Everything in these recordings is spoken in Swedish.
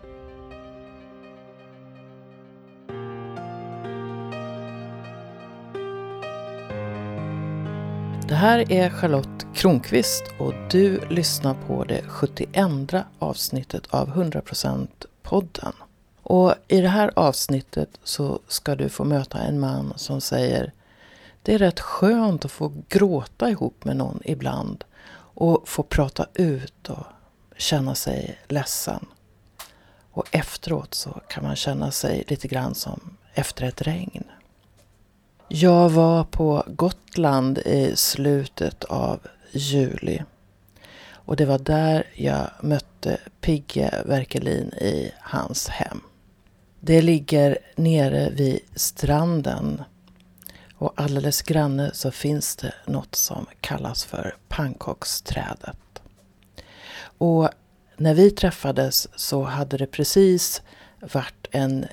Det här är Charlotte Kronqvist och du lyssnar på det 71:a avsnittet av 100%-podden. Och i det här avsnittet så ska du få möta en man som säger: det är rätt skönt att få gråta ihop med någon ibland och få prata ut och känna sig ledsen. Och efteråt så kan man känna sig lite grann som efter ett regn. Jag var på Gotland i slutet av juli och det var där jag mötte Pigge Werkelin i hans hem. Det ligger nere vid stranden och alldeles granne så finns det något som kallas för pannkaksträdet. Och när vi träffades så hade det precis varit en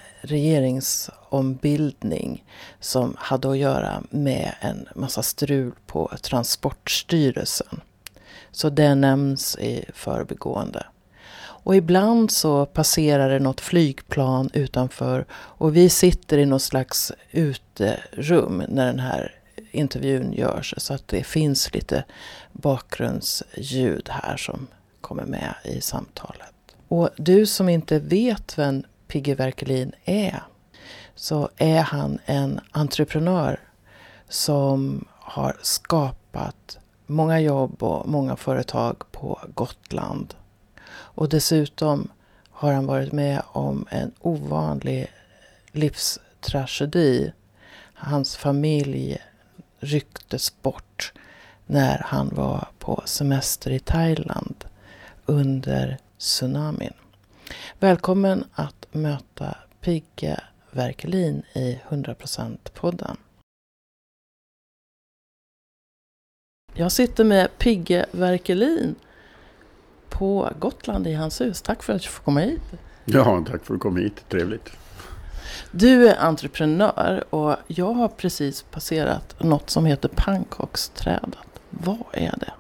regeringsombildning som hade att göra med en massa strul på Transportstyrelsen. Så det nämns i förbigående. Och ibland så passerar det något flygplan utanför och vi sitter i något slags uterum när den här intervjun görs. Så att det finns lite bakgrundsljud här som kommer med i samtalet. Och du som inte vet vem Pigge Werkelin är, så är han en entreprenör som har skapat många jobb och många företag på Gotland. Och dessutom har han varit med om en ovanlig livstragedi. Hans familj rycktes bort när han var på semester i Thailand under tsunamin. Välkommen att möta Pigge Werkelin i 100%-podden. Jag sitter med Pigge Werkelin på Gotland i hans hus. Tack för att du får komma hit. Ja, tack för att du kom hit. Trevligt. Du är entreprenör och jag har precis passerat något som heter pannkaksträdet. Vad är det?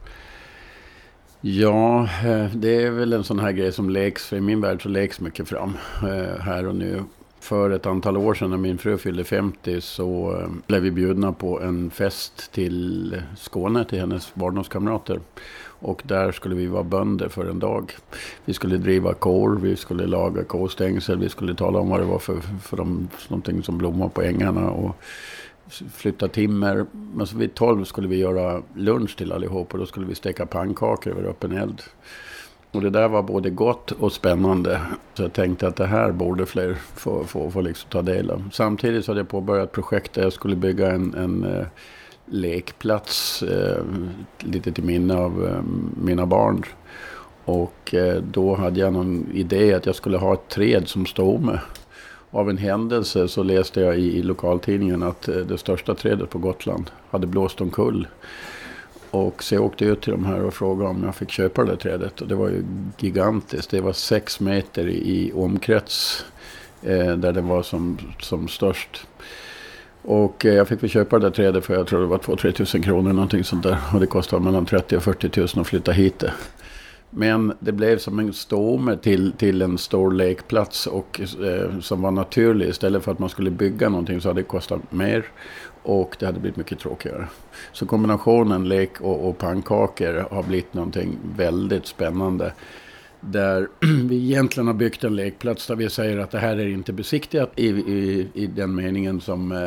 Ja, det är väl en sån här grej som leks, för i min värld så leks mycket fram här och nu. För ett antal år sedan när min fru fyllde 50 så blev vi bjudna på en fest till Skåne, till hennes barndomskamrater. Och där skulle vi vara bönder för en dag. Vi skulle driva kor, vi skulle laga kostängsel, vi skulle tala om vad det var för någonting som blommar på ängarna och flytta timmer. Men så vid 12 skulle vi göra lunch till allihop och då skulle vi steka pannkakor över öppen eld. Och det där var både gott och spännande. Så jag tänkte att det här borde fler få liksom ta del av. Samtidigt så hade jag påbörjat ett projekt där jag skulle bygga en lekplats lite till minne av mina barn. Och då hade jag någon idé att jag skulle ha ett träd som stomme. Av en händelse så läste jag i lokaltidningen att det största trädet på Gotland hade blåst omkull. Och så jag åkte ut till de här och frågade om jag fick köpa det trädet. Och det var ju gigantiskt. Det var 6 meter i omkrets där det var som störst. Och jag fick väl köpa det trädet för jag tror det var 2-3 tusen kronor någonting sånt där. Och det kostade mellan 30 och 40 tusen att flytta hit det. Men det blev som en stomme till en stor lekplats och som var naturlig. Istället för att man skulle bygga någonting så hade det kostat mer och det hade blivit mycket tråkigare. Så kombinationen lek och pannkakor har blivit någonting väldigt spännande. Där vi egentligen har byggt en lekplats där vi säger att det här är inte besiktigat i den meningen som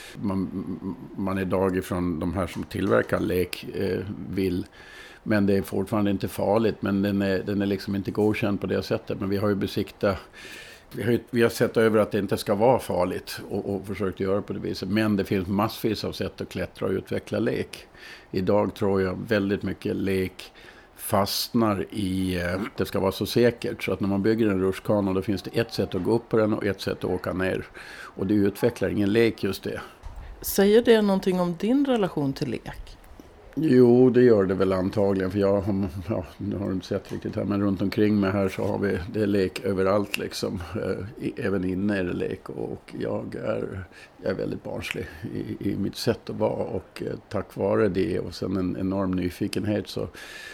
man idag ifrån de här som tillverkar lek vill. Men det är fortfarande inte farligt, men den är liksom inte godkänd på det sättet. Men vi har ju besiktat, vi har sett över att det inte ska vara farligt och försökt göra på det viset. Men det finns massvis av sätt att klättra och utveckla lek. Idag tror jag väldigt mycket lek fastnar i det ska vara så säkert. Så att när man bygger en rutschkana då finns det ett sätt att gå upp på den och ett sätt att åka ner. Och det utvecklar ingen lek just det. Säger det någonting om din relation till lek? Jo, det gör det väl antagligen. För nu har du inte sett riktigt här. Men runt omkring mig här så har vi det är lek överallt liksom. Även inne är det lek. Och jag är väldigt barnslig i mitt sätt att vara. Och tack vare det och sen en enorm nyfikenhet så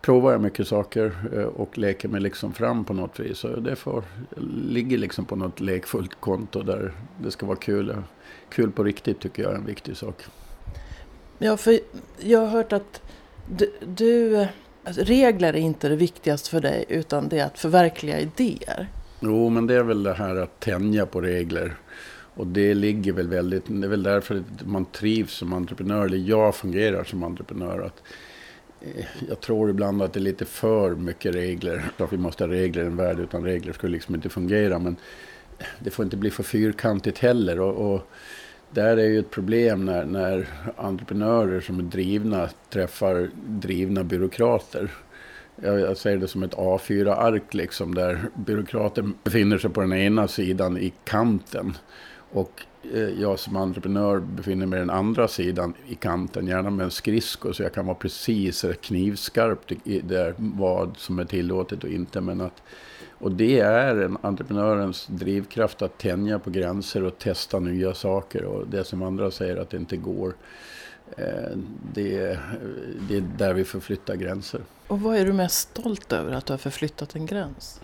provar jag mycket saker och leker mig liksom fram på något vis. Så det ligger liksom på något lekfullt konto där det ska vara kul. Kul på riktigt tycker jag är en viktig sak. Ja, för jag har hört att regler är inte det viktigaste för dig, utan det är att förverkliga idéer. Jo, men det är väl det här att tänja på regler. Och det ligger väl det är väl därför att man trivs som entreprenör, eller jag fungerar som entreprenör. Att jag tror ibland att det är lite för mycket regler. Att vi måste ha regler i en värld, utan regler skulle liksom inte fungera. Men det får inte bli för fyrkantigt heller. Och där är ju ett problem när entreprenörer som är drivna träffar drivna byråkrater. Jag säger det som ett A4-ark liksom, där byråkraten befinner sig på den ena sidan i kanten. Och jag som entreprenör befinner mig på den andra sidan i kanten, gärna med en skridsko, så jag kan vara precis knivskarpt där vad som är tillåtet och inte. Och det är en entreprenörens drivkraft att tänja på gränser och testa nya saker, och det som andra säger att det inte går, det är där vi förflyttar gränser. Och vad är du mest stolt över att du har förflyttat en gräns?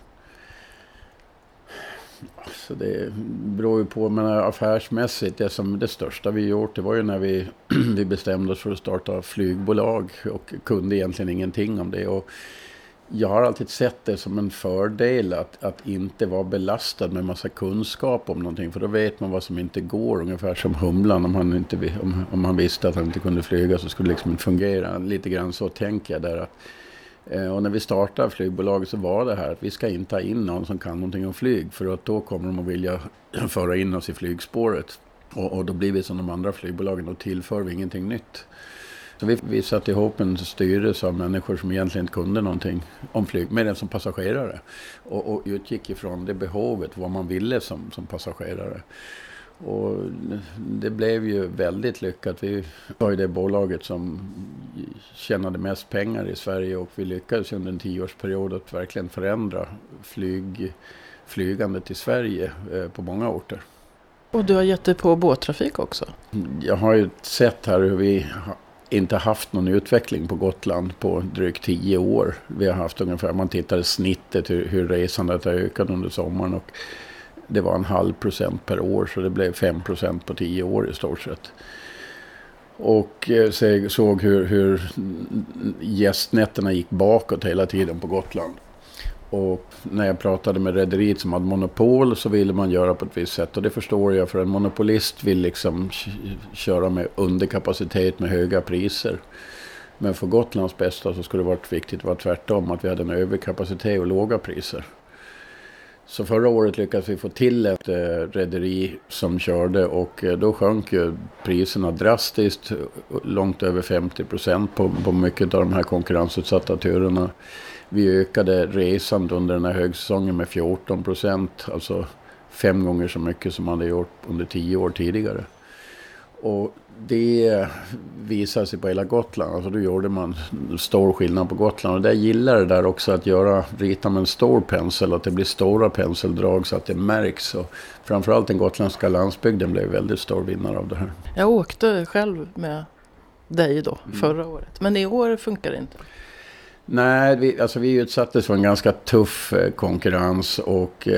Så det beror ju på, men affärsmässigt, det största vi gjort, det var ju när vi bestämde oss för att starta flygbolag och kunde egentligen ingenting om det. Och jag har alltid sett det som en fördel att inte vara belastad med massa kunskap om någonting, för då vet man vad som inte går, ungefär som humlan. Om han visste att han inte kunde flyga så skulle det liksom inte fungera. Lite grann så tänker jag där. Och när vi startade flygbolaget så var det här att vi ska inte ha in någon som kan någonting om flyg, för att då kommer de att vilja föra in oss i flygspåret. Och då blir vi som de andra flygbolagen, och tillför vi ingenting nytt. Så vi satte ihop en styrelse av människor som egentligen inte kunde någonting om flyg, med den som passagerare. Och utgick ifrån det behovet, vad man ville som passagerare. Och det blev ju väldigt lyckat. Vi var ju det bolaget som tjänade mest pengar i Sverige, och vi lyckades under en 10-årsperiod att verkligen förändra flygandet i Sverige på många orter. Och du har gett dig på båttrafik också? Jag har ju sett här hur vi inte haft någon utveckling på Gotland på drygt 10 år. Vi har haft ungefär, man tittar i snittet hur resandet har ökat under sommaren, och det var 0,5% per år, så det blev 5% på 10 år i stort sett. Och såg hur gästnätterna gick bakåt hela tiden på Gotland. Och när jag pratade med rederiet som hade monopol, så ville man göra på ett visst sätt. Och det förstår jag, för en monopolist vill liksom köra med underkapacitet med höga priser. Men för Gotlands bästa så skulle det varit viktigt att vara tvärtom, att vi hade en överkapacitet och låga priser. Så förra året lyckades vi få till ett rederi som körde, och då sjönk ju priserna drastiskt, långt över 50% på mycket av de här konkurrensutsatta turerna. Vi ökade resan under den här högsäsongen med 14%, alltså 5 gånger så mycket som man hade gjort under 10 år tidigare. Och det visar sig på hela Gotland. Alltså då gjorde man stor skillnad på Gotland. Och det gillar det där också, att rita med en stor pensel, att det blir stora penseldrag så att det märks. Och framförallt den gotländska landsbygden blev väldigt stor vinnare av det här. Jag åkte själv med dig då förra året. Men i år funkar det inte. Nej, vi utsattes för en ganska tuff konkurrens, och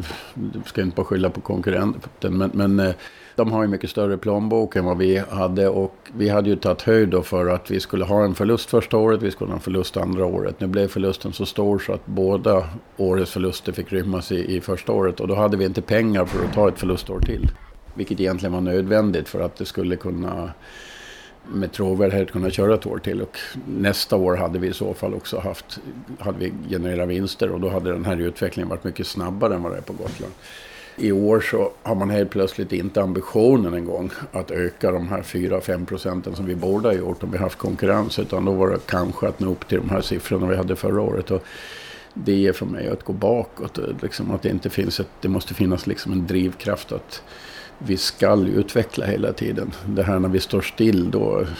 ska inte bara skylla på konkurrenten, men de har ju mycket större plånbok än vad vi hade, och vi hade ju tagit höjd då för att vi skulle ha en förlust första året, vi skulle ha en förlust andra året. Nu blev förlusten så stor så att båda årets förluster fick rymmas i första året, och då hade vi inte pengar för att ta ett förlustår till. Vilket egentligen var nödvändigt för att det skulle kunna med trovärdighet kunna köra ett år till, och nästa år hade vi i så fall också hade vi genererat vinster, och då hade den här utvecklingen varit mycket snabbare än vad det är på Gotland. I år så har man helt plötsligt inte ambitionen en gång att öka de här 4-5% som vi borde ha gjort om vi haft konkurrens, utan då var det kanske att nå upp till de här siffrorna vi hade förra året, och det är för mig att gå bakåt, liksom att det måste finnas liksom en drivkraft att vi ska utveckla hela tiden. Det här när vi står still,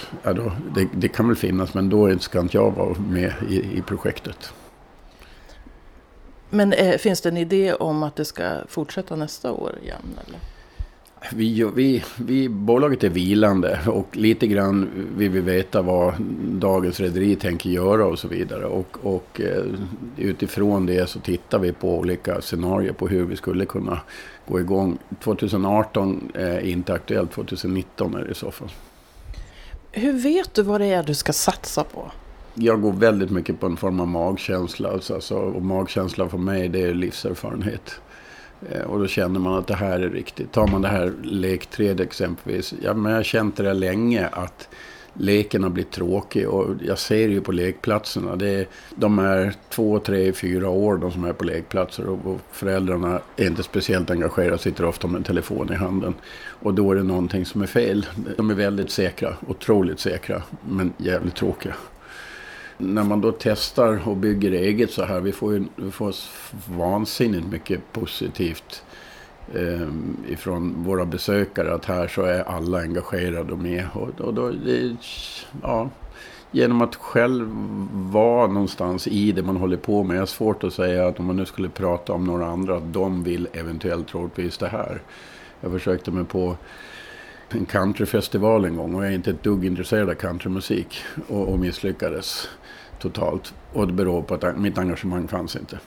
det kan väl finnas, men då ska inte jag vara med i projektet. Men finns det en idé om att det ska fortsätta nästa år igen? Eller? Bolaget är vilande och lite grann vill vi veta vad dagens rederi tänker göra och så vidare. Och utifrån det så tittar vi på olika scenarier på hur vi skulle kunna gå igång. 2018 är inte aktuellt, 2019 är det i så fall. Hur vet du vad det är du ska satsa på? Jag går väldigt mycket på en form av magkänsla. Och magkänsla för mig, det är livserfarenhet. Och då känner man att det här är riktigt. Tar man det här lekträd exempelvis. Ja, men jag har känt det länge att leken har blivit tråkig. Och jag ser ju på lekplatserna. De är 2, 3, 4 år de som är på lekplatser. Och föräldrarna är inte speciellt engagerade. Sitter ofta med en telefon i handen. Och då är det någonting som är fel. De är väldigt säkra. Otroligt säkra. Men jävligt tråkiga. När man då testar och bygger eget så här, vi får vansinnigt mycket positivt ifrån våra besökare, att här så är alla engagerade och med. Och då, genom att själv vara någonstans i det man håller på med, är svårt att säga att om man nu skulle prata om några andra, att de vill eventuellt troligtvis det här. Jag försökte mig på en countryfestival en gång och jag är inte ett dugg intresserad av countrymusik och misslyckades totalt. Och det beror på att mitt engagemang fanns inte.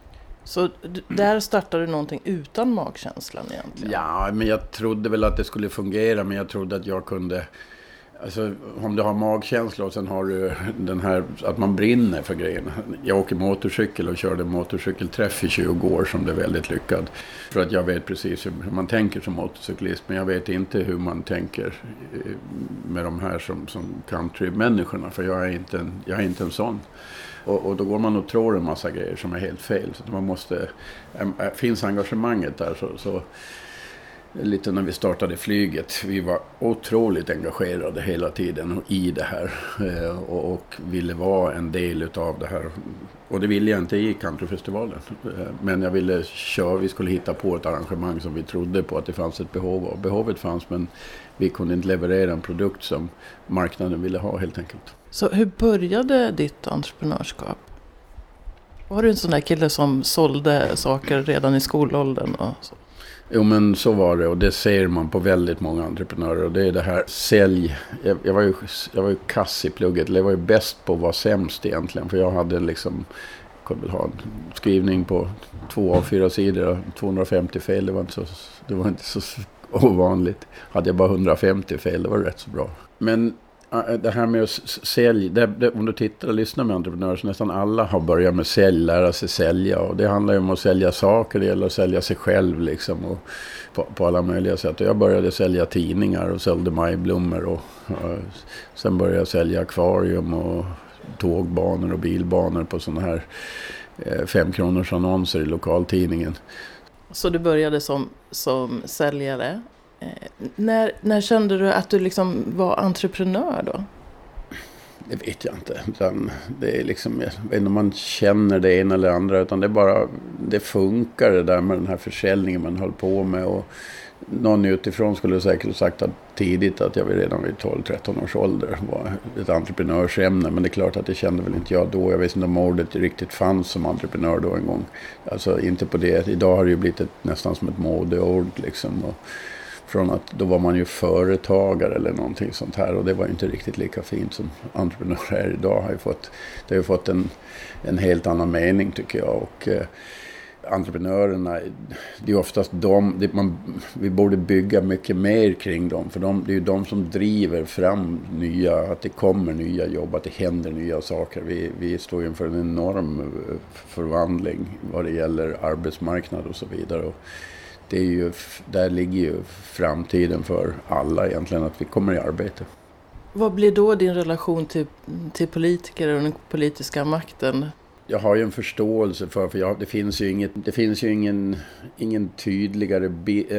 Så där startade du någonting utan magkänslan egentligen? Ja, men jag trodde väl att det skulle fungera, men jag trodde att jag kunde... Alltså, om du har magkänsla och sen har du den här att man brinner för grejerna. Jag åker motorcykel och körde motorcykelträff i 20 år som blev väldigt lyckad. För att jag vet precis hur man tänker som motorcyklist, men jag vet inte hur man tänker med de här som country-människorna, för jag är inte en sån. Och då går man och tror en massa grejer som är helt fel. Så man måste... Finns engagemanget där så lite när vi startade flyget. Vi var otroligt engagerade hela tiden i det här. Och ville vara en del utav det här. Och det ville jag inte i countryfestivalen. Men jag ville vi skulle hitta på ett arrangemang som vi trodde på att det fanns ett behov av. Behovet fanns, men vi kunde inte leverera en produkt som marknaden ville ha helt enkelt. Så hur började ditt entreprenörskap? Var du en sån där kille som sålde saker redan i skolåldern och så? Jo, men så var det, och det ser man på väldigt många entreprenörer, och det är det här sälj. Jag var ju kass i plugget, jag var ju bäst på att vara sämst egentligen, för jag hade liksom, kunde väl ha en skrivning på 2 av 4 sidor, 250 fel, det var inte så ovanligt. Hade jag bara 150 fel, det var rätt så bra. Men det här med att sälja, om du tittar och lyssnar med entreprenörer, så nästan alla har börjat med sälj, lära sig sälja, och det handlar ju om att sälja saker, det gäller att sälja sig själv liksom, och på alla möjliga sätt. Och jag började sälja tidningar och sålde majblommor, och sen började jag sälja akvarium och tågbanor och bilbanor på sådana här 5 kronors annonser i lokaltidningen. Så du började som säljare. När kände du att du liksom var entreprenör då? Det vet jag inte. Det är liksom, jag vet inte om man känner det ena eller andra, utan det funkar det där med den här försäljningen man höll på med. Och någon utifrån skulle säkert sagt att tidigt att jag redan vid 12-13 års ålder var ett entreprenörsämne. Men det är klart att det kände väl inte jag då. Jag vet inte om ordet riktigt fanns som entreprenör då en gång. Alltså inte på det. Idag har det ju blivit nästan som ett modeord liksom. Och från att då var man ju företagare eller någonting sånt här, och det var ju inte riktigt lika fint som entreprenör är idag. Det har ju fått en helt annan mening tycker jag, och entreprenörerna, det är oftast vi borde bygga mycket mer kring dem, för det är ju de som driver fram att det kommer nya jobb, att det händer nya saker. Vi står inför en enorm förvandling vad det gäller arbetsmarknad och så vidare, och där ligger ju framtiden för alla egentligen, att vi kommer i arbete. Vad blir då din relation till politiker och den politiska makten? Jag har ju en förståelse för det finns ju ingen tydligare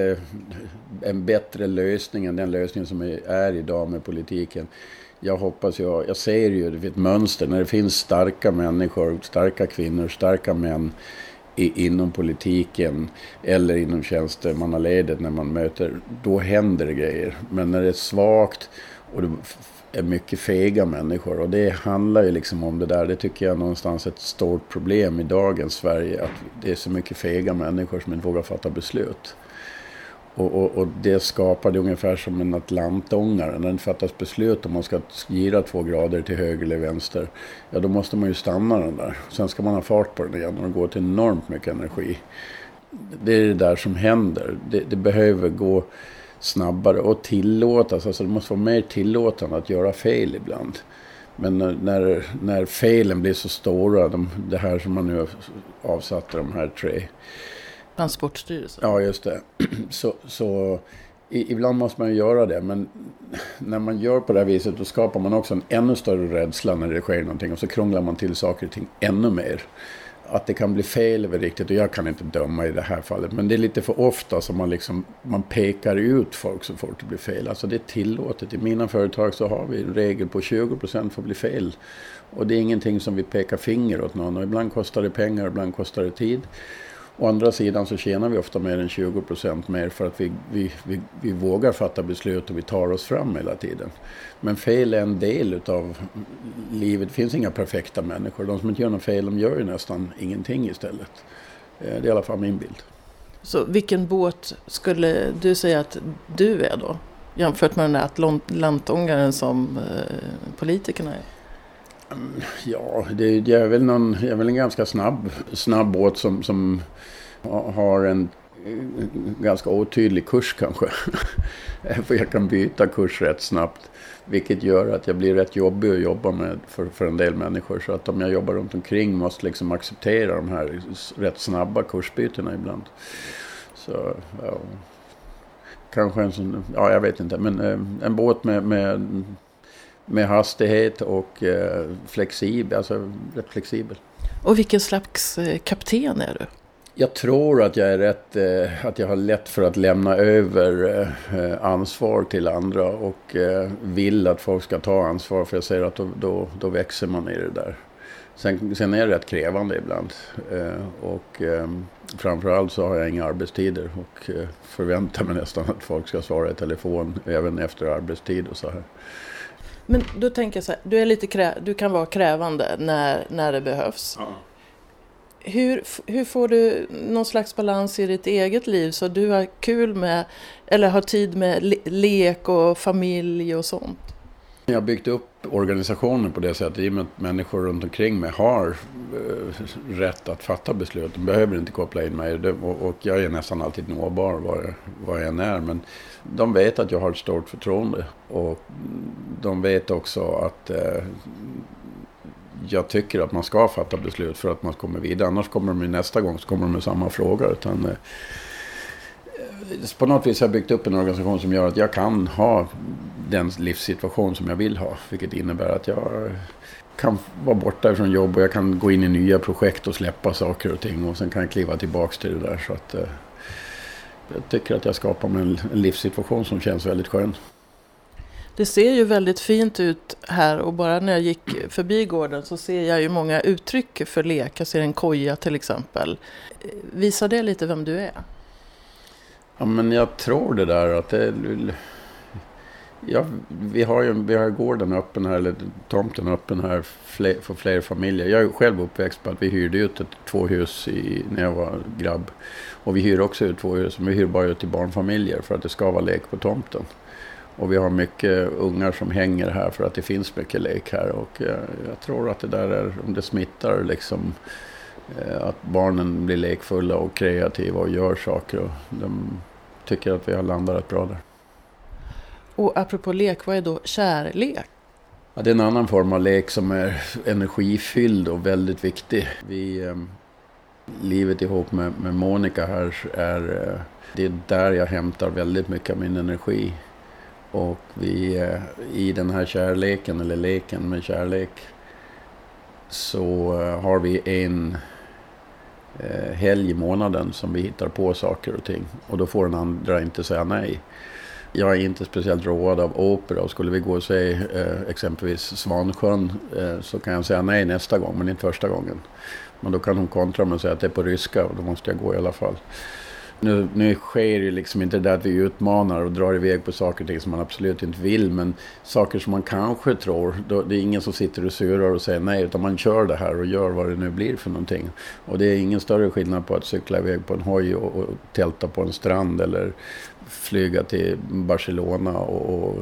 en bättre lösning än den lösning som är idag med politiken. Jag ser ju det är ett mönster när det finns starka människor, starka kvinnor, starka män inom politiken eller inom tjänstemannaledet när man möter, då händer det grejer. Men när det är svagt och det är mycket fega människor, och det handlar ju liksom om det där, det tycker jag någonstans ett stort problem i dagens Sverige, att det är så mycket fega människor som inte vågar fatta beslut. Och det skapade ungefär som en atlantångare. När det fattas beslut om man ska gira 2 grader till höger eller vänster. Ja, då måste man ju stanna den där. Sen ska man ha fart på den igen och det går till enormt mycket energi. Det är det där som händer. Det behöver gå snabbare och tillåtas. Alltså det måste vara mer tillåtande att göra fel ibland. Men när felen blir så stora, det här som man nu avsatte, de här 3... Transportstyrelsen. Ja, just det. Så ibland måste man ju göra det, men när man gör på det här viset då skapar man också en ännu större rädsla när det sker någonting och så krånglar man till saker och ting ännu mer. Att det kan bli fel är väl riktigt och jag kan inte döma i det här fallet, men det är lite för ofta som man pekar ut folk så fort det blir fel. Alltså det är tillåtet. I mina företag så har vi en regel på 20% får bli fel. Och det är ingenting som vi pekar finger åt någon och ibland kostar det pengar, ibland kostar det tid. Å andra sidan så tjänar vi ofta mer än 20% mer för att vi vågar fatta beslut och vi tar oss fram hela tiden. Men fel är en del utav livet. Det finns inga perfekta människor. De som inte gör något fel, de gör ju nästan ingenting istället. Det är i alla fall min bild. Så vilken båt skulle du säga att du är då? Jämfört med den där atlantångaren som politikerna är? Ja, jag är väl en ganska snabb båt som har en ganska otydlig kurs kanske. För jag kan byta kurs rätt snabbt. Vilket gör att jag blir rätt jobbig att jobba med för en del människor. Så att om jag jobbar runt omkring måste liksom acceptera de här rätt snabba kursbytena ibland. Så ja, kanske en sån, ja jag vet inte. Men en båt med hastighet och flexibel, alltså rätt flexibel. Och vilken slags kapten är du? Jag tror att jag är att jag har lätt för att lämna över ansvar till andra och vill att folk ska ta ansvar, för jag säger att då växer man i det där. Sen är det rätt krävande ibland och framförallt så har jag inga arbetstider och förväntar mig nästan att folk ska svara i telefon även efter arbetstid och så här. Men då tänker jag så här, du kan vara krävande när det behövs. Ja. Hur får du någon slags balans i ditt eget liv så du har kul med, eller har tid med lek och familj och sånt? Jag har byggt upp organisationen på det sättet i och med att människor runt omkring mig har rätt att fatta beslut. De behöver inte koppla in mig och jag är nästan alltid nåbar var jag än är. Men de vet att jag har ett stort förtroende och de vet också att jag tycker att man ska fatta beslut för att man kommer vidare. Annars kommer de nästa gång så kommer de med samma fråga. Utan, på något vis har jag byggt upp en organisation som gör att jag kan ha den livssituation som jag vill ha. Vilket innebär att jag kan vara borta från jobb och jag kan gå in i nya projekt och släppa saker och ting. Och sen kan jag kliva tillbaka till det där. Så att, jag tycker att jag skapar mig en livssituation som känns väldigt skön. Det ser ju väldigt fint ut här och bara när jag gick förbi gården så ser jag ju många uttryck för lek. Jag ser en koja till exempel. Visar det lite vem du är? Ja, men jag tror det där att det... Ja, vi har gården öppen här, eller tomten öppen här för fler familjer. Jag är själv uppväxt på att vi hyrde ut 2 hus när jag var grabb. Och vi hyr också ut 2 hus, men vi hyr bara ut till barnfamiljer för att det ska vara lek på tomten. Och vi har mycket ungar som hänger här för att det finns mycket lek här. Och jag tror att det där är, om det smittar liksom, att barnen blir lekfulla och kreativa och gör saker. Och de tycker att vi har landat rätt bra där. Och apropå lek, vad är då kärlek? Ja, det är en annan form av lek som är energifylld och väldigt viktig. Livet ihop med Monica här det är där jag hämtar väldigt mycket av min energi. Och i den här kärleken, eller leken med kärlek, så har vi en helg i månaden som vi hittar på saker och ting. Och då får den andra inte säga nej. Jag är inte speciellt road av opera och skulle vi gå och se exempelvis Svansjön så kan jag säga nej nästa gång, men inte första gången. Men då kan hon kontra med och säga att det är på ryska och då måste jag gå i alla fall. Nu sker ju liksom inte det där att vi utmanar och drar iväg på saker och ting som man absolut inte vill. Men saker som man kanske tror, det är ingen som sitter och surar och säger nej. Utan man kör det här och gör vad det nu blir för någonting. Och det är ingen större skillnad på att cykla iväg på en hoj och tälta på en strand. Eller flyga till Barcelona och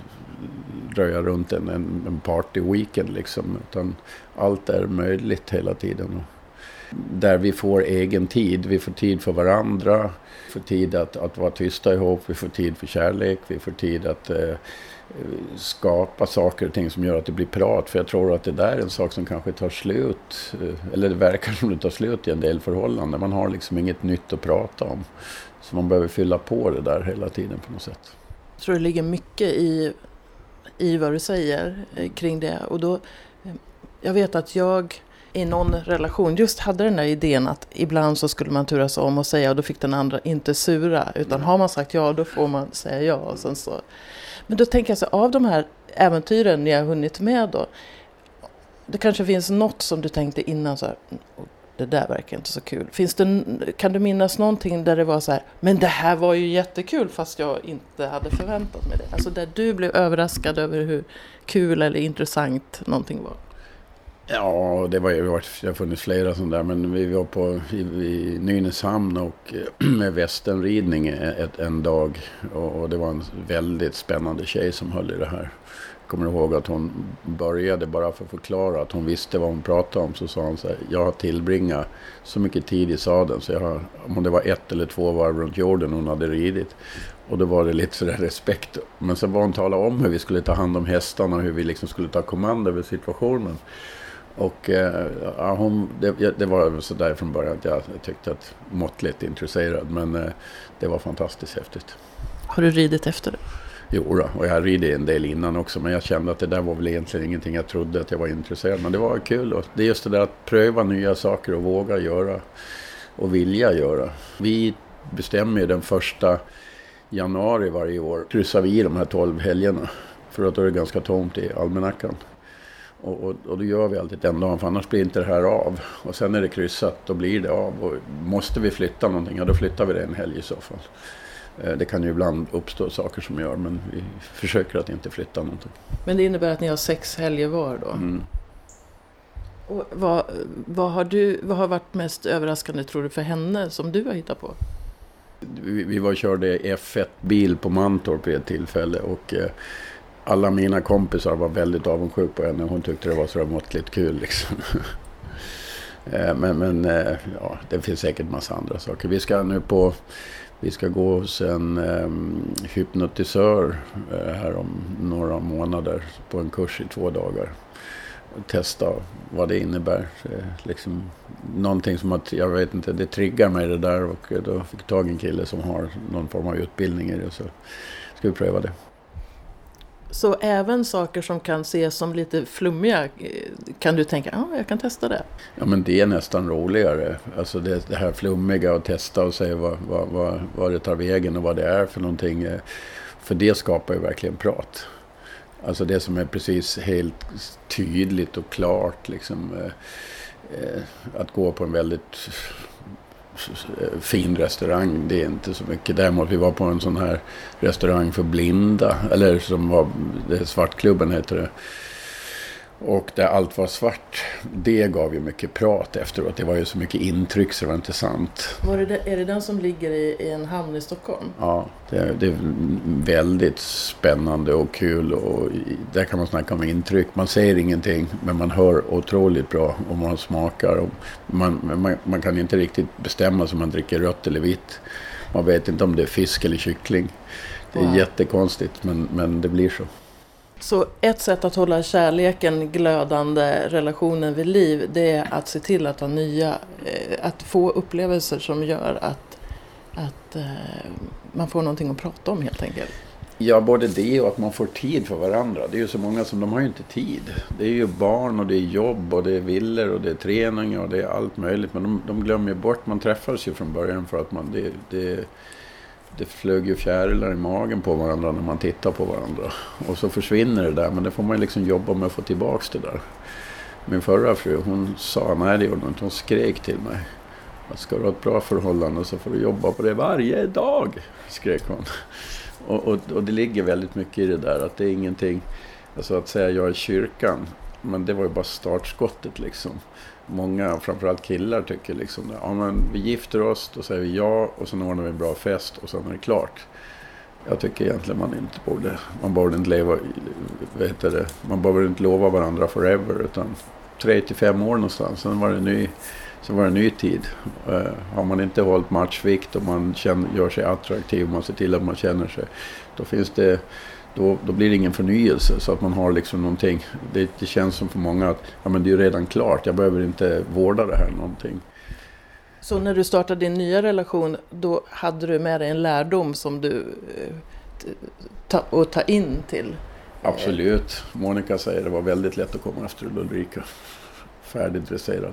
röja runt en party-weekend liksom. Utan allt är möjligt hela tiden. Där vi får egen tid, vi får tid för varandra, vi får tid att vara tysta ihop, vi får tid för kärlek, vi får tid att skapa saker och ting som gör att det blir prat. För jag tror att det där är en sak som kanske tar slut, eller det verkar som det tar slut i en del förhållanden. Man har liksom inget nytt att prata om. Så man behöver fylla på det där hela tiden på något sätt. Jag tror det ligger mycket i vad du säger kring det. Och då, jag vet att jag i någon relation just hade den där idén att ibland så skulle man turas om och säga och då fick den andra inte sura. Utan har man sagt ja, då får man säga ja. Och sen så. Men då tänker jag så av de här äventyren jag har hunnit med då. Det kanske finns något som du tänkte innan så här, det där verkar inte så kul. Kan du minnas någonting där det var så här, men det här var ju jättekul fast jag inte hade förväntat mig det. Alltså där du blev överraskad över hur kul eller intressant någonting var. Ja, det har funnits flera sådana där, men vi var i Nynäshamn och med västernridning en dag och det var en väldigt spännande tjej som höll i det här. Jag kommer ihåg att hon började bara för att förklara att hon visste vad hon pratade om, så sa hon så här, jag har tillbringat så mycket tid i sadeln så om det var 1 eller 2 varv runt jorden hon hade ridit. Och då var det lite sådär respekt. Men så var hon talade om hur vi skulle ta hand om hästarna och hur vi liksom skulle ta kommando över situationen. Och ja, det var så där från början att jag tyckte att måttligt intresserad. Men det var fantastiskt häftigt. Har du ridit efter det? Jo då, och jag ridit en del innan också. Men jag kände att det där var väl egentligen ingenting jag trodde att jag var intresserad. Men det var kul. Och det är just det där att pröva nya saker och våga göra. Och vilja göra. Vi bestämmer ju den 1 januari varje år. Kryssar vi i de här 12 helgerna. För att då är det ganska tomt i almanackan. Och då gör vi alltid en dag, för annars blir inte det här av. Och sen är det kryssat, då blir det av. Och måste vi flytta någonting, ja då flyttar vi det en helg i så fall. Det kan ju ibland uppstå saker som gör, men vi försöker att inte flytta någonting. Men det innebär att ni har 6 helger var då? Mm. Och vad har varit mest överraskande tror du för henne som du har hittat på? Vi var och körde F1-bil på Mantorp vid ett tillfälle och alla mina kompisar var väldigt avundsjuka på henne. Hon tyckte det var så måttligt kul liksom. men ja, det finns säkert massa andra saker. Vi ska gå hos en hypnotisör här om några månader på en kurs i 2 dagar. Och testa vad det innebär. Liksom någonting som att, jag vet inte, det triggar mig det där och då fick jag tag en kille som har någon form av utbildning i det, så ska vi pröva det. Så även saker som kan ses som lite flummiga kan du tänka, ja jag kan testa det? Ja men det är nästan roligare. Alltså det här flummiga och testa och säga vad det tar vägen och vad det är för någonting. För det skapar ju verkligen prat. Alltså det som är precis helt tydligt och klart liksom. Att gå på en väldigt fin restaurang, det är inte så mycket. Däremot vi var på en sån här restaurang för blinda, eller som var, Svartklubben heter det, och där allt var svart. Det gav ju mycket prat efteråt. Det var ju så mycket intryck så det var inte sant. Är det den som ligger i en hamn i Stockholm? Ja, det är väldigt spännande och kul och där kan man snacka om intryck. Man ser ingenting men man hör otroligt bra och man smakar. Och man kan inte riktigt bestämma sig om man dricker rött eller vitt. Man vet inte om det är fisk eller kyckling. Det är jättekonstigt men det blir så. Så ett sätt att hålla kärleken, glödande relationen vid liv, det är att se till att ha att få upplevelser som gör att man får någonting att prata om helt enkelt. Ja, både det och att man får tid för varandra. Det är ju så många som de har ju inte tid. Det är ju barn och det är jobb och det är villor och det är träning och det är allt möjligt. Men de glömmer bort, man träffades ju från början för att det flög ju fjärilar i magen på varandra när man tittar på varandra. Och så försvinner det där, men det får man liksom jobba med att få tillbaka det där. Min förra fru, hon sa nej det gjorde hon inte, hon skrek till mig. Ska du ha ett bra förhållande så får du jobba på det varje dag, skrek hon. Och det ligger väldigt mycket i det där, att det är ingenting, alltså att säga jag är kyrkan, men det var ju bara startskottet liksom. Många, framförallt killar, tycker liksom, ja men vi gifter oss, då säger vi ja och sen ordnar vi en bra fest och sen är det klart. Jag tycker egentligen man borde inte leva, man borde inte lova varandra forever, utan 3 till 5 år någonstans, sen var det en ny tid. Har man inte hållit matchvikt och man gör sig attraktiv och man ser till att man känner sig, då blir det ingen förnyelse, så att man har liksom någonting. Det känns som för många att ja, men det är ju redan klart, jag behöver inte vårda det här någonting. Så när du startade din nya relation, då hade du med dig en lärdom som du ta in till? Absolut. Monica säger det var väldigt lätt att komma efter Ulrika. Färdigdresserad.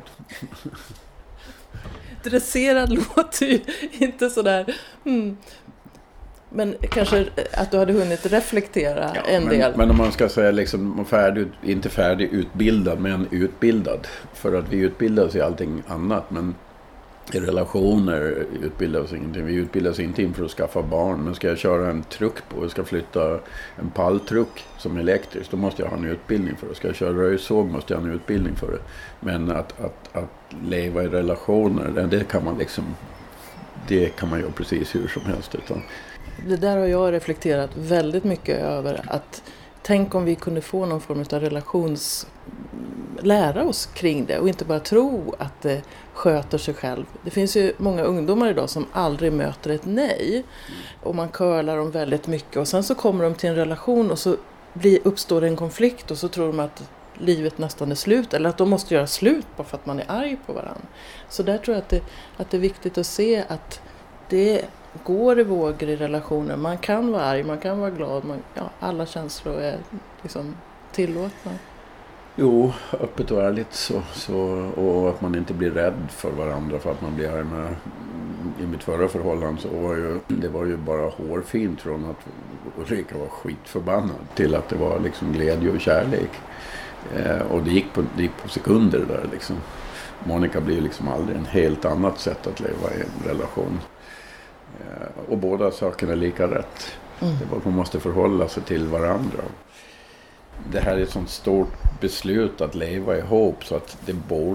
Dresserad låter ju inte sådär. Men kanske att du hade hunnit reflektera en del. Men om man ska säga liksom inte färdigutbildad, men utbildad. För att vi utbildas i allting annat, men i relationer utbildas ingenting. Vi utbildas inte in för att skaffa barn. Men ska jag köra en truck på och ska flytta en palltruck som är elektrisk, då måste jag ha en utbildning för det. Ska jag köra röjsåg måste jag ha en utbildning för det. Men att leva i relationer, det kan man göra precis hur som helst. Utan det där har jag reflekterat väldigt mycket över, att tänk om vi kunde få någon form av lära oss kring det och inte bara tro att det sköter sig själv. Det finns ju många ungdomar idag som aldrig möter ett nej och man curlar dem väldigt mycket och sen så kommer de till en relation och så uppstår en konflikt och så tror de att livet nästan är slut eller att de måste göra slut bara för att man är arg på varandra. Så där tror jag att det är viktigt att se att det går i vågor i relationer. Man kan vara arg, man kan vara glad, alla känslor är liksom tillåtna. Jo, öppet och ärligt och att man inte blir rädd för varandra för att man blir arg med. I mitt förra förhållande så var ju bara hårfint från att Ulrika var skitförbannad till att det var liksom glädje och kärlek. Och det gick på sekunder där liksom. Monica blir liksom aldrig en helt annat sätt att leva i en relation. Och båda sakerna är lika rätt. Det är bara att man måste förhålla sig till varandra. Det här är ett sånt stort beslut att leva ihop så att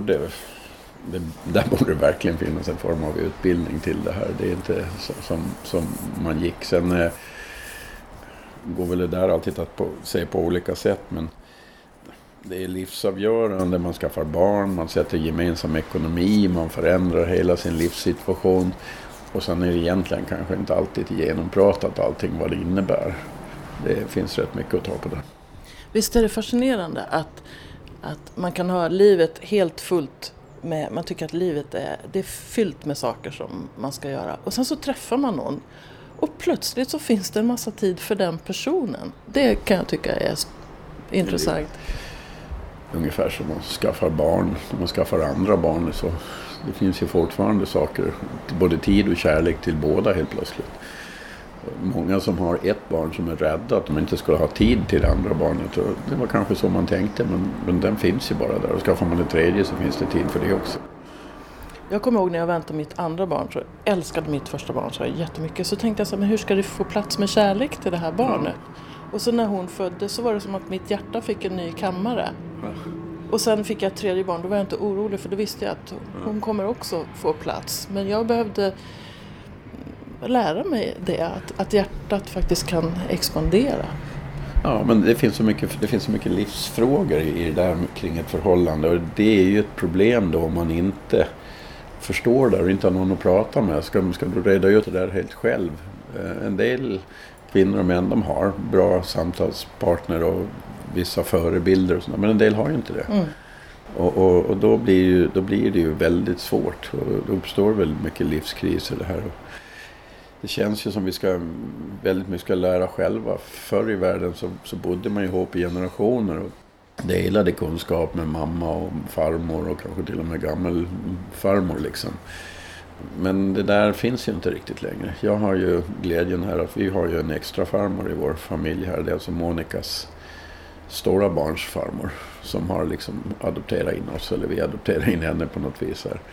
där borde verkligen finnas en form av utbildning till det här. Det är inte som man gick. Sen går väl det där alltid att se på olika sätt, men det är livsavgörande. Man skaffar barn, man sätter gemensam ekonomi, man förändrar hela sin livssituation. Och sen är det egentligen kanske inte alltid genompratat allting vad det innebär. Det finns rätt mycket att ta på det. Visst är det fascinerande att man kan ha livet helt fullt med, man tycker att livet är fyllt med saker som man ska göra. Och sen så träffar man någon och plötsligt så finns det en massa tid för den personen. Det kan jag tycka är intressant. Ungefär som man skaffar barn, när man skaffar andra barn så det finns ju fortfarande saker, både tid och kärlek till båda helt plötsligt. Många som har ett barn som är rädda att de inte skulle ha tid till det andra barnet. Och det var kanske så man tänkte, men den finns ju bara där. Och skaffar man ett tredje så finns det tid för det också. Jag kommer ihåg när jag väntade mitt andra barn, så jag älskade mitt första barn så jättemycket. Så tänkte jag så här, men hur ska det få plats med kärlek till det här barnet? Och så när hon föddes så var det som att mitt hjärta fick en ny kammare. Och sen fick jag ett tredje barn, då var jag inte orolig för då visste jag att hon kommer också få plats. Men jag behövde lära mig det, att hjärtat faktiskt kan expandera. Ja, men det finns så mycket livsfrågor i det där kring ett förhållande. Och det är ju ett problem då om man inte förstår det och inte har någon att prata med. Ska du reda ut det där helt själv? En del kvinnor och män, de har bra samtalspartner och vissa förebilder och sådär, men en del har ju inte det. Och då blir det ju väldigt svårt och det uppstår väldigt mycket livskriser det här. Det känns ju som vi väldigt mycket ska lära själva. Förr i världen så bodde man ihop i generationer och delade kunskap med mamma och farmor och kanske till och med gammelfarmor liksom. Men det där finns ju inte riktigt längre. Jag har ju glädjen här att vi har ju en extra farmor i vår familj här. Det är alltså Monikas stora barns farmor som har liksom adopterat in oss, eller vi adopterar in henne på något vis här.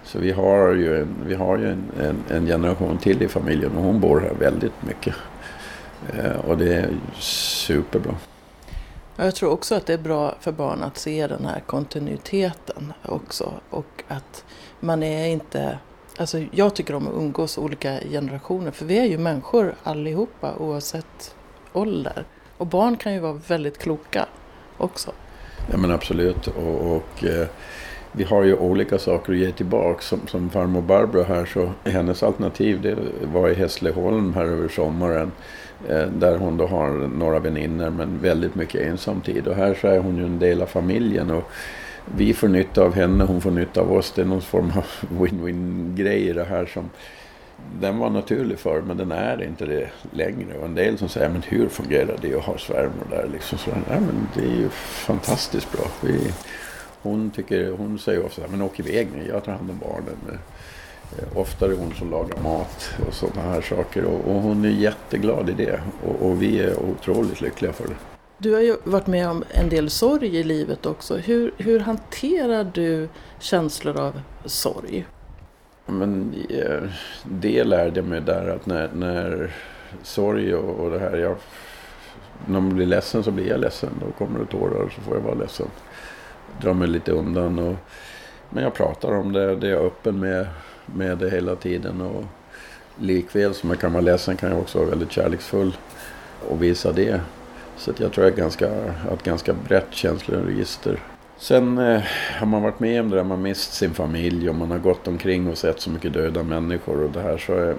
Så vi har ju en generation till i familjen och hon bor här väldigt mycket. Och det är superbra. Jag tror också att det är bra för barn att se den här kontinuiteten också. Och att man är inte... Alltså jag tycker om att umgås olika generationer. För vi är ju människor allihopa oavsett ålder. Och barn kan ju vara väldigt kloka också. Ja men absolut. Och vi har ju olika saker att ge tillbaka. Som farmor Barbro här, så hennes alternativ det var i Hässleholm här över sommaren. Där hon då har några vänner men väldigt mycket ensamtid. Och här så är hon ju en del av familjen och vi får nytta av henne, hon får nytta av oss. Det är någon form av win-win-grej i det här som den var naturlig för, men den är inte det längre. Och en del som säger, men hur fungerar det att ha svärmor där? Liksom så, ja, men det är ju fantastiskt bra. Hon säger ofta, men åk iväg nu, jag tar hand om barnen. Ofta är det hon som lagar mat och sådana här saker. Och hon är jätteglad i det. Och vi är otroligt lyckliga för det. Du har ju varit med om en del sorg i livet också. Hur hanterar du känslor av sorg? Men det lärde mig där att när sorg och det här, när man blir ledsen så blir jag ledsen. Då kommer det tårar och så får jag vara ledsen. Drar mig lite undan. Men jag pratar om det, det är jag öppen med det hela tiden. Och likväl som jag kan vara ledsen kan jag också vara väldigt kärleksfull och visa det. Så att jag tror jag har ett ganska brett känsloregister. Sen har man varit med om det där, man mist sin familj och man har gått omkring och sett så mycket döda människor och det här, så är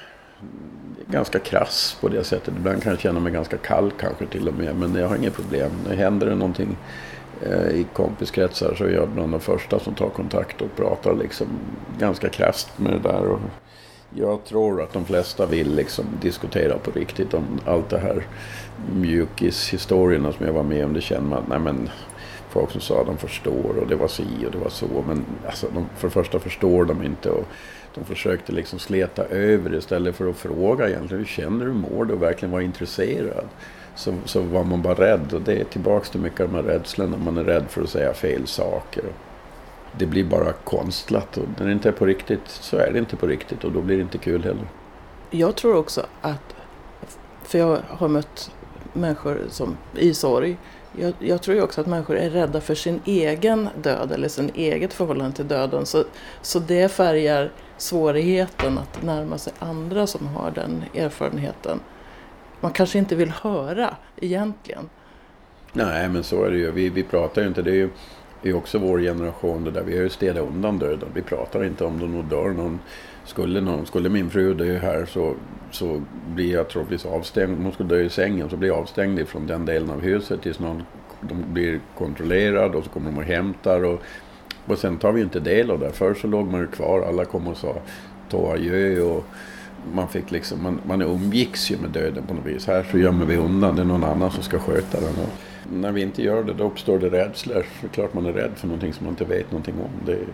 ganska krass på det sättet. Ibland kan jag känna mig ganska kall kanske till och med, men jag har inget problem. När händer det någonting i kompiskretsar så är jag bland de första som tar kontakt och pratar liksom ganska krasst med det där. Och jag tror att de flesta vill liksom diskutera på riktigt om allt det här mjukis-historierna som jag var med om. Det känner man, nej men folk som sa att de förstår och det var si och det var så. Men alltså, för det första förstår de inte och de försökte liksom sleta över istället för att fråga egentligen hur känner du, mår du och verkligen vara intresserad. Så var man bara rädd och det är tillbaka till mycket av de här rädslorna. Man är rädd för att säga fel saker. Det blir bara konstlat och när det inte är på riktigt så är det inte på riktigt och då blir det inte kul heller. Jag tror också att, för jag har mött människor som i sorg, jag tror ju också att människor är rädda för sin egen död eller sin eget förhållande till döden. Så det färgar svårigheten att närma sig andra som har den erfarenheten. Man kanske inte vill höra egentligen. Nej, men så är det ju. Vi pratar ju inte, det är ju också vår generation där vi har ju städat undan döden. Vi pratar inte om det och dör någon. Skulle min fru dö här så blir jag troligtvis avstängd. Om hon skulle dö i sängen så blir jag avstängd från den delen av huset tills de blir kontrollerad och så kommer de och hämtar. Och sen tar vi inte del av det. Förr så låg man ju kvar, alla kom och sa ta adjö och man fick liksom, man umgicks ju med döden på något vis. Här så gömmer vi undan, det är någon annan som ska sköta den. Och när vi inte gör det då uppstår det rädslor. Det är klart man är rädd för någonting som man inte vet någonting om. Det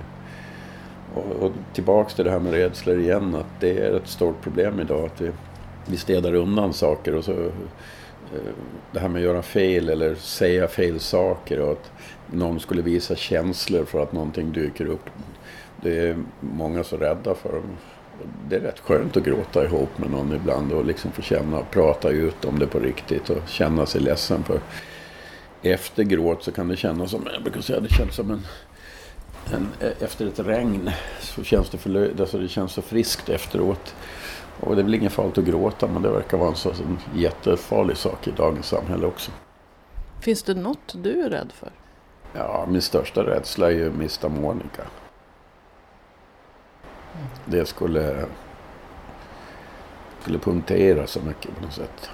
och tillbaks till det här med rädslor igen, att det är ett stort problem idag att vi städar undan saker och så det här med att göra fel eller säga fel saker och att någon skulle visa känslor för att någonting dyker upp. Det är många så rädda för dem. Det är rätt skönt att gråta ihop med någon ibland och liksom få känna och prata ut om det på riktigt och känna sig ledsen för efter gråt så kan det kännas som, jag brukar säga, det känns som efter ett regn så känns det alltså det känns så friskt efteråt. Och det är väl ingen farligt att gråta, men det verkar vara en jättefarlig sak i dagens samhälle också. Finns det något du är rädd för? Ja, min största rädsla är ju att mista Monica. Det skulle punktera så mycket på något sätt.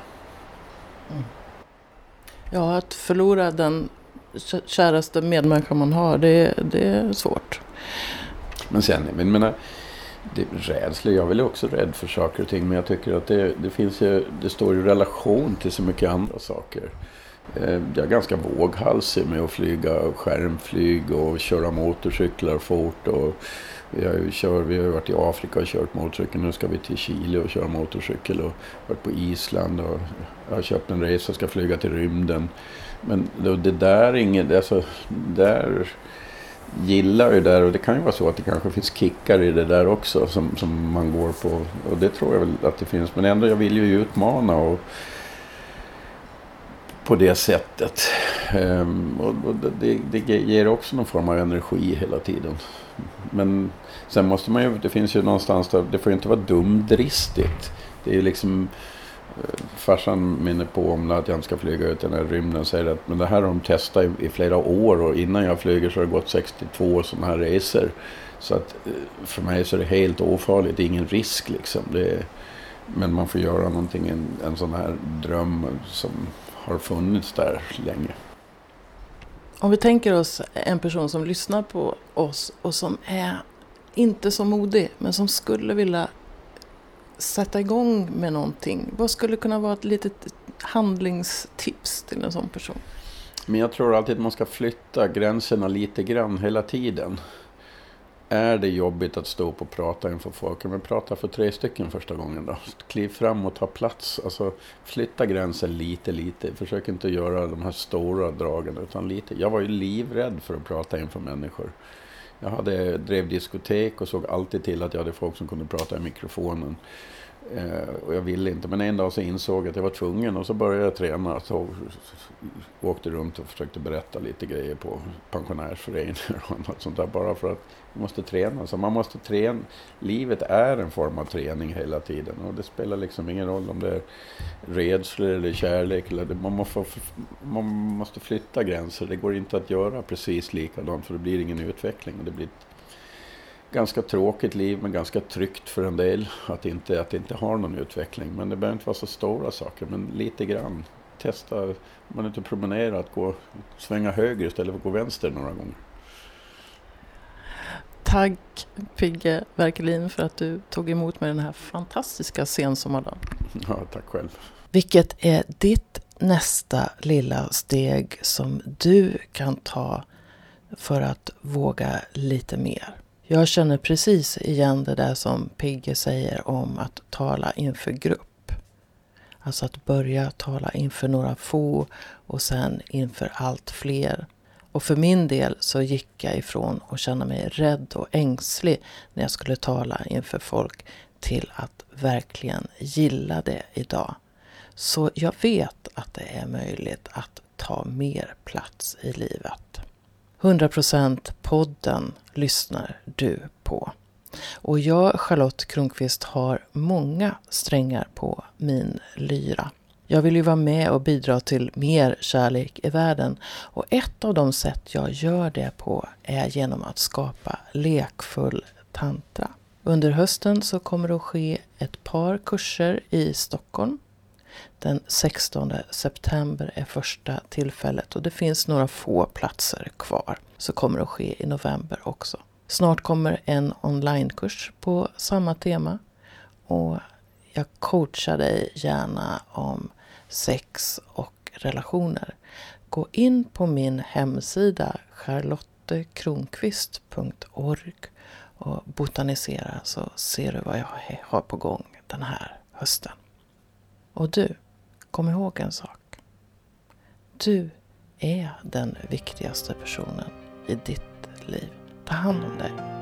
Ja, att förlora den käraste medmänniskan man har, det är svårt. Men sen, jag menar, rädsla, jag är väl också rädd för saker och ting, men jag tycker att det står i relation till så mycket andra saker. Jag är ganska våghalsig med att flyga skärmflyg och köra motorcyklar fort och vi har varit i Afrika och kört motorcykel. Nu ska vi till Chile och köra motorcykel och varit på Island och jag har köpt en resa och ska flyga till rymden. Men det där är inget, alltså gillar ju där, och det kan ju vara så att det kanske finns kickar i det där också som man går på, och det tror jag väl att det finns, men ändå jag vill ju utmana och på det sättet och det ger också någon form av energi hela tiden. Men sen måste man ju, det finns ju någonstans där, det får ju inte vara dumdristigt. Det är ju liksom farsan minner på om att jag ska flyga ut i den här rymden, säger att men det här har de testat i flera år, och innan jag flyger så har det gått 62 sådana här resor. Så att för mig så är det helt ofarligt, det är ingen risk liksom. Men man får göra någonting, en sån här dröm som har funnits där länge. Om vi tänker oss en person som lyssnar på oss och som är inte så modig, men som skulle vilja sätta igång med någonting. Vad skulle kunna vara ett litet handlingstips till en sån person? Men jag tror alltid att man ska flytta gränserna lite grann hela tiden. Är det jobbigt att stå upp och prata inför folk? Men prata för 3 stycken första gången då. Kliv fram och ta plats. Alltså flytta gränser lite. Försök inte göra de här stora dragen utan lite. Jag var ju livrädd för att prata inför människor. Jag drev diskotek och såg alltid till att jag hade folk som kunde prata i mikrofonen. Och jag ville inte, men en dag så insåg jag att jag var tvungen, och så började jag träna. Så åkte runt och försökte berätta lite grejer på pensionärsföreningar och något sånt där, bara för att man måste träna. Så man måste träna. Livet är en form av träning hela tiden, och det spelar liksom ingen roll om det är rädsla eller kärlek. Man måste flytta gränser. Det går inte att göra precis likadant, för det blir ingen utveckling. Det blir ganska tråkigt liv, men ganska tryggt för en del att inte ha någon utveckling. Men det behöver inte vara så stora saker, men lite grann. Testa, om man inte promenerar, att svänga höger istället för att gå vänster några gånger. Tack Pigge Werkelin för att du tog emot mig den här fantastiska sensommardagen. Ja, tack själv. Vilket är ditt nästa lilla steg som du kan ta för att våga lite mer? Jag känner precis igen det där som Pigge säger om att tala inför grupp. Alltså att börja tala inför några få och sen inför allt fler. Och för min del så gick jag ifrån att känna mig rädd och ängslig när jag skulle tala inför folk till att verkligen gilla det idag. Så jag vet att det är möjligt att ta mer plats i livet. 100% podden lyssnar du på. Och jag, Charlotte Kronqvist, har många strängar på min lyra. Jag vill ju vara med och bidra till mer kärlek i världen. Och ett av de sätt jag gör det på är genom att skapa lekfull tantra. Under hösten så kommer det att ske ett par kurser i Stockholm. Den 16 september är första tillfället och det finns några få platser kvar. Så kommer det att ske i november också. Snart kommer en onlinekurs på samma tema. Och jag coachar dig gärna om sex och relationer. Gå in på min hemsida charlottekronqvist.org och botanisera, så ser du vad jag har på gång den här hösten. Och du, kom ihåg en sak. Du är den viktigaste personen i ditt liv. Ta hand om dig.